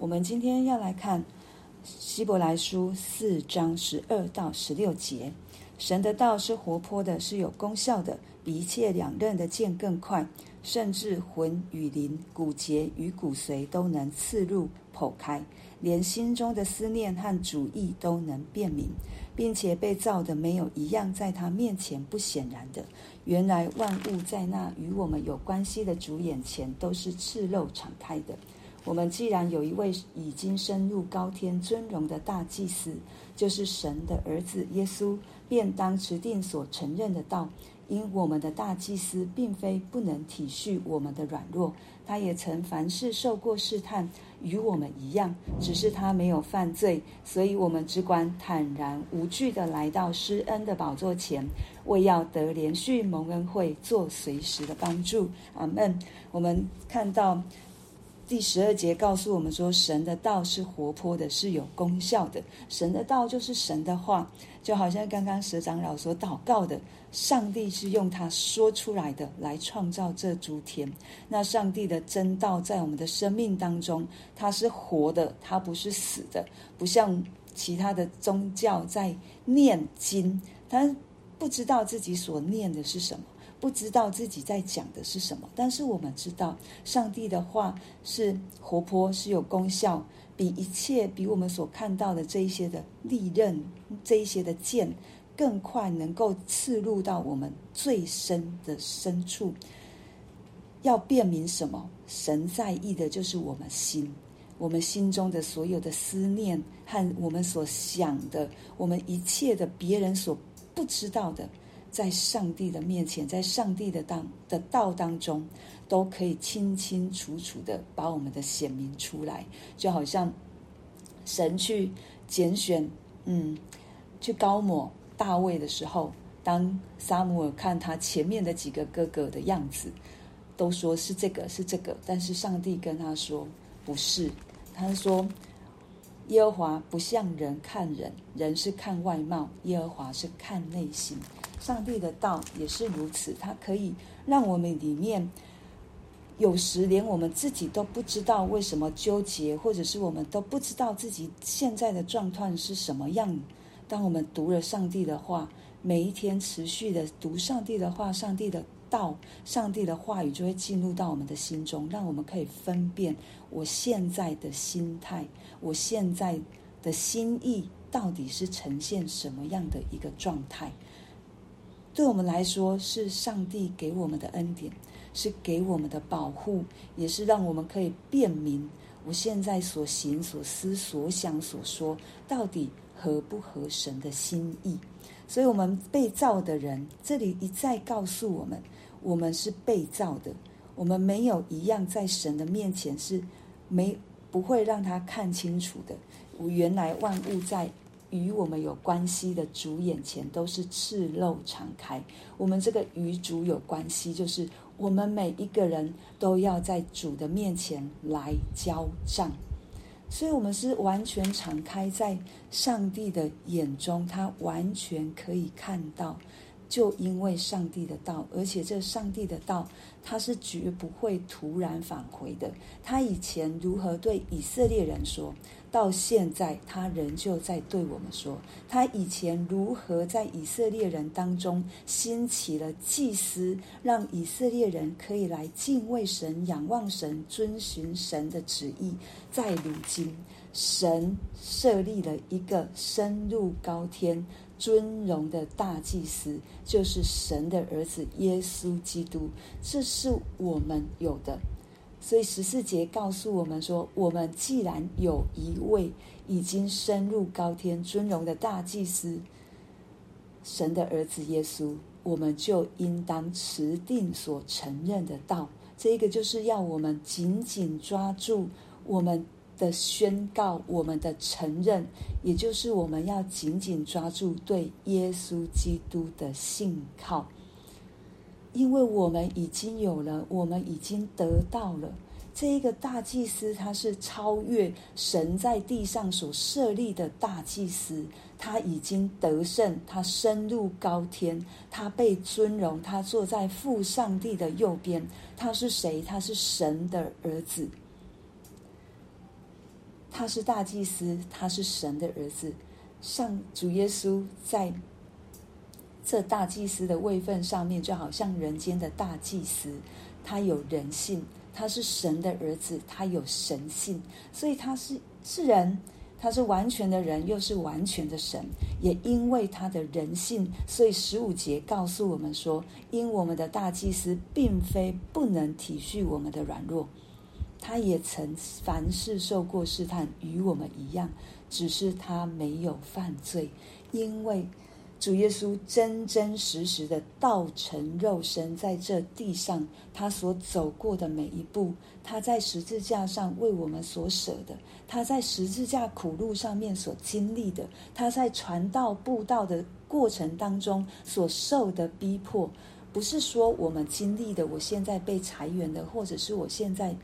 我们今天要来看希伯来书4章12到16节。神的道是活泼的，是有功效的，比一切两刃的剑更快，甚至魂与灵、骨节与骨髓都能刺入剖开，连心中的思念和主意都能辨明，并且被造的没有一样在他面前不显然的。原来万物在那与我们有关系的主眼前都是赤露敞开的。我们既然有一位已经升入高天尊荣的大祭司，就是神的儿子耶稣，便当持定所承认的道。因我们的大祭司并非不能体恤我们的软弱，他也曾凡事受过试探，与我们一样，只是他没有犯罪，所以我们只管坦然无惧地来到施恩的宝座前，为要得连续蒙恩惠，做随时的帮助。阿们。我们看到第12节告诉我们说，神的道是活泼的，是有功效的。神的道就是神的话，就好像刚刚佘长老所祷告的，上帝是用他说出来的来创造这诸天。那上帝的真道在我们的生命当中，它是活的，它不是死的。不像其他的宗教在念经，他不知道自己所念的是什么，不知道自己在讲的是什么。但是我们知道上帝的话是活泼，是有功效，比我们所看到的这一些的利刃，这一些的剑更快，能够刺入到我们最深的深处。要辨明什么？神在意的就是我们心，我们心中的所有的思念和我们所想的，我们一切的别人所不知道的，在上帝的面前，在上帝的道当中，都可以清清楚楚的把我们的显明出来。就好像神去拣选去膏抹大卫的时候，当撒母耳看他前面的几个哥哥的样子，都说是这个是这个，但是上帝跟他说不是。他说耶和华不像人看人，人是看外貌，耶和华是看内心。上帝的道也是如此，它可以让我们里面有时连我们自己都不知道为什么纠结，或者是我们都不知道自己现在的状况是什么样。当我们读了上帝的话，每一天持续的读上帝的话，上帝的道，上帝的话语就会进入到我们的心中，让我们可以分辨我现在的心态，我现在的心意到底是呈现什么样的一个状态。对我们来说，是上帝给我们的恩典，是给我们的保护，也是让我们可以辨明我现在所行所思所想所说到底合不合神的心意。所以我们被造的人，这里一再告诉我们，我们是被造的，我们没有一样在神的面前是不会让他看清楚的。原来万物在与我们有关系的主眼前都是赤露敞开。我们这个与主有关系，就是我们每一个人都要在主的面前来交账。所以我们是完全敞开在上帝的眼中，他完全可以看到。就因为上帝的道，而且这上帝的道他是绝不会突然返回的。他以前如何对以色列人说，到现在他仍旧在对我们说。他以前如何在以色列人当中兴起了祭司，让以色列人可以来敬畏神，仰望神，遵循神的旨意。在如今神设立了一个升入高天尊荣的大祭司，就是神的儿子耶稣基督，这是我们有的。所以14节告诉我们说，我们既然有一位已经升入高天尊荣的大祭司，神的儿子耶稣，我们就应当持定所承认的道。这个就是要我们紧紧抓住我们的宣告，我们的承认，也就是我们要紧紧抓住对耶稣基督的信靠。因为我们已经有了，我们已经得到了这一个大祭司，他是超越神在地上所设立的大祭司，他已经得胜，他升入高天，他被尊荣，他坐在父上帝的右边。他是谁？他是神的儿子。 他是大祭司，他是神的儿子。主耶稣在这大祭司的位分上面，就好像人间的大祭司，他有人性，他是神的儿子，他有神性，所以他是人，他是完全的人，又是完全的神。也因为他的人性，所以15节告诉我们说，因我们的大祭司并非不能体恤我们的软弱，他也曾凡事受过试探，与我们一样，只是他没有犯罪。因为主耶稣真真实实的道成肉身，在这地上他所走过的每一步，他在十字架上为我们所舍的，他在十字架苦路上面所经历的，他在传道布道的过程当中所受的逼迫，不是说我们经历的，我现在被裁员的，或者是我现在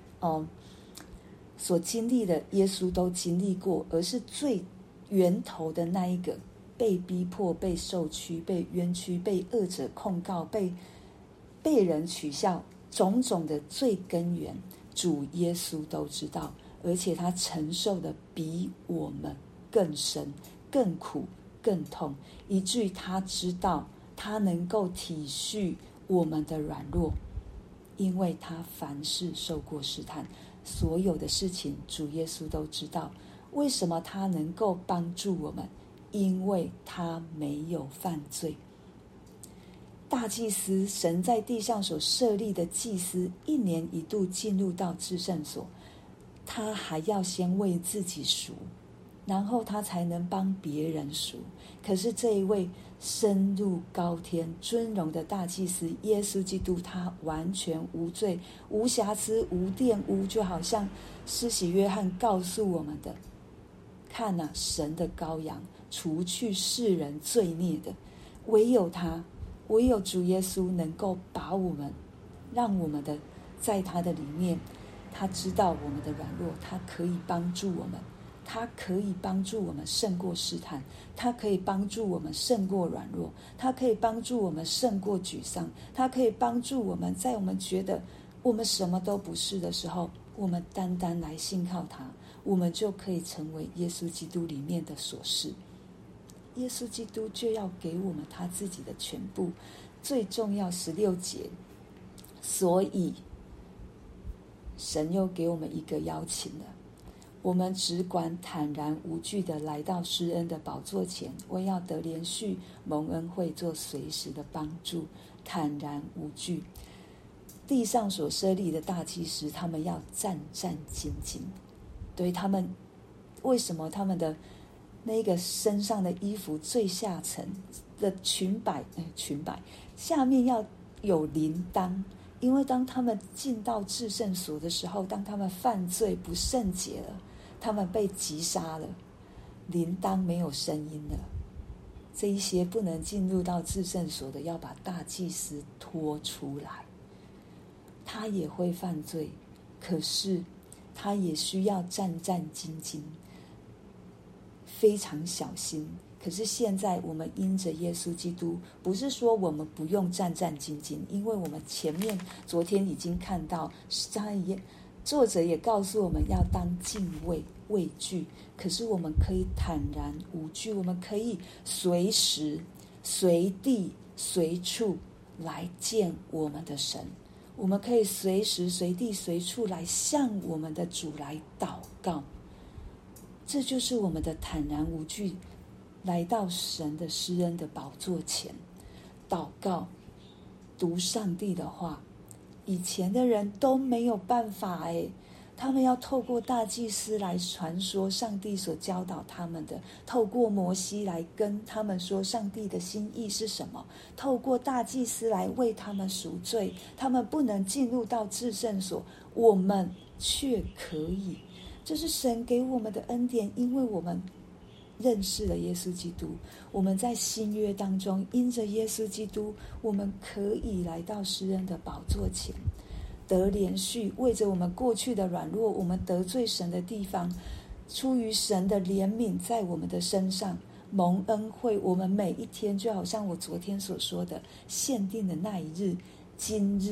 所经历的耶稣都经历过，而是最源头的那一个被逼迫、被受屈、被冤屈、被恶者控告、被人取笑，种种的最根源，主耶稣都知道，而且他承受的比我们更深、更苦、更痛，以至于他知道，他能够体恤我们的软弱，因为他凡事受过试探，所有的事情主耶稣都知道。为什么他能够帮助我们？因为他没有犯罪。大祭司，神在地上所设立的祭司，1年1度进入到至圣所，他还要先为自己赎，然后他才能帮别人赎。可是这一位升入高天尊荣的大祭司耶稣基督，他完全无罪、无瑕疵、无玷污，就好像施洗约翰告诉我们的，看啊，神的羔羊，除去世人罪孽的。唯有他，唯有主耶稣能够把我们，让我们的在他的里面，他知道我们的软弱，他可以帮助我们，他可以帮助我们胜过试探，他可以帮助我们胜过软弱，他可以帮助我们胜过沮丧，他可以帮助我们在我们觉得我们什么都不是的时候，我们单单来信靠他，我们就可以成为耶稣基督里面的所是。耶稣基督就要给我们他自己的全部。最重要16节，所以神又给我们一个邀请了，我们只管坦然无惧的来到施恩的宝座前，为要得连续蒙恩惠，做随时的帮助。坦然无惧，地上所设立的大祭司，他们要战战兢兢。对，他们为什么他们的那个身上的衣服最下层的裙摆下面要有铃铛？因为当他们进到至圣所的时候，当他们犯罪不圣洁了，他们被击杀了，铃铛没有声音了，这一些不能进入到至圣所的，要把大祭司拖出来。他也会犯罪，可是他也需要战战兢兢，非常小心。可是现在我们因着耶稣基督，不是说我们不用战战兢兢，因为我们前面昨天已经看到，作者也告诉我们要当敬畏畏惧，可是我们可以坦然无惧，我们可以随时随地随处来见我们的神，我们可以随时随地随处来向我们的主来祷告。这就是我们的坦然无惧，来到神的施恩的宝座前祷告，读上帝的话。以前的人都没有办法，他们要透过大祭司来传说上帝所教导他们的，透过摩西来跟他们说上帝的心意是什么，透过大祭司来为他们赎罪，他们不能进入到至圣所，我们却可以。这是神给我们的恩典，因为我们认识了耶稣基督，我们在新约当中因着耶稣基督，我们可以来到施恩的宝座前，得连续为着我们过去的软弱，我们得罪神的地方，出于神的怜悯在我们的身上蒙恩惠。我们每一天就好像我昨天所说的，限定的那一日，今日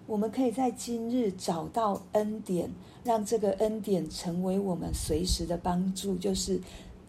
我们可以在今日找到恩典，让这个恩典成为我们随时的帮助，就是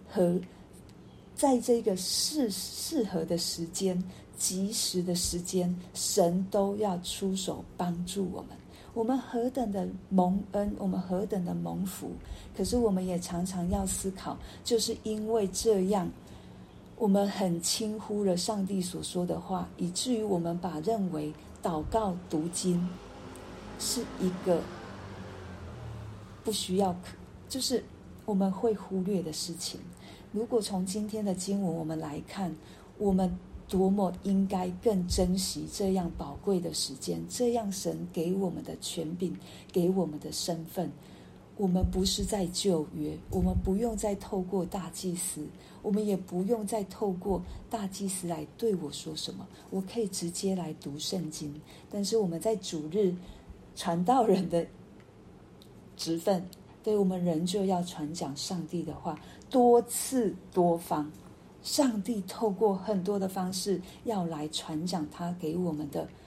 在这个适合的时间、及时的时间，神都要出手帮助我们。我们何等的蒙恩，我们何等的蒙福，可是我们也常常要思考，就是因为这样，我们很轻忽了上帝所说的话，以至于我们认为祷告读经是一个不需要，就是我们会忽略的事情。如果从今天的经文我们来看，我们多么应该更珍惜这样宝贵的时间，这样神给我们的权柄，给我们的身份。我们不是在旧约，我们不用再透过大祭司，我们也不用再透过大祭司来对我说什么，我可以直接来读圣经。但是我们在主日传道人的职分，对，我们仍旧要传讲上帝的话，多次多方，上帝透过很多的方式要来传讲他给我们的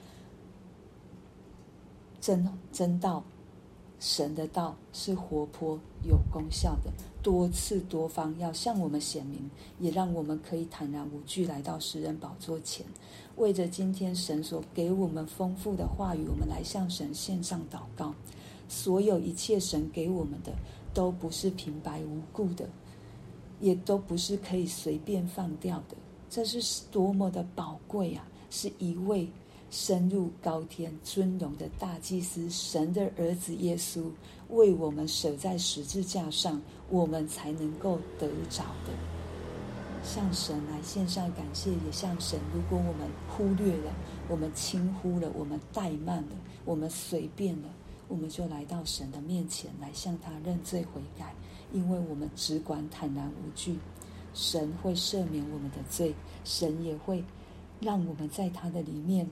真道。神的道是活泼有功效的，多次多方要向我们显明，也让我们可以坦然无惧来到施恩宝座前，为着今天神所给我们丰富的话语，我们来向神献上祷告。所有一切神给我们的都不是平白无故的，也都不是可以随便放掉的，这是多么的宝贵啊！是一位深入高天尊荣的大祭司，神的儿子耶稣为我们舍在十字架上，我们才能够得着的。向神来献上感谢，也向神，如果我们忽略了，我们轻忽了，我们怠慢了，我们随便了，我们就来到神的面前，来向他认罪悔改，因为我们只管坦然无惧，神会赦免我们的罪，神也会让我们在他的里面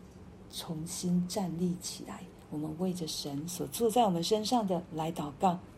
重新站立起来。我们为着神所做在我们身上的来祷告。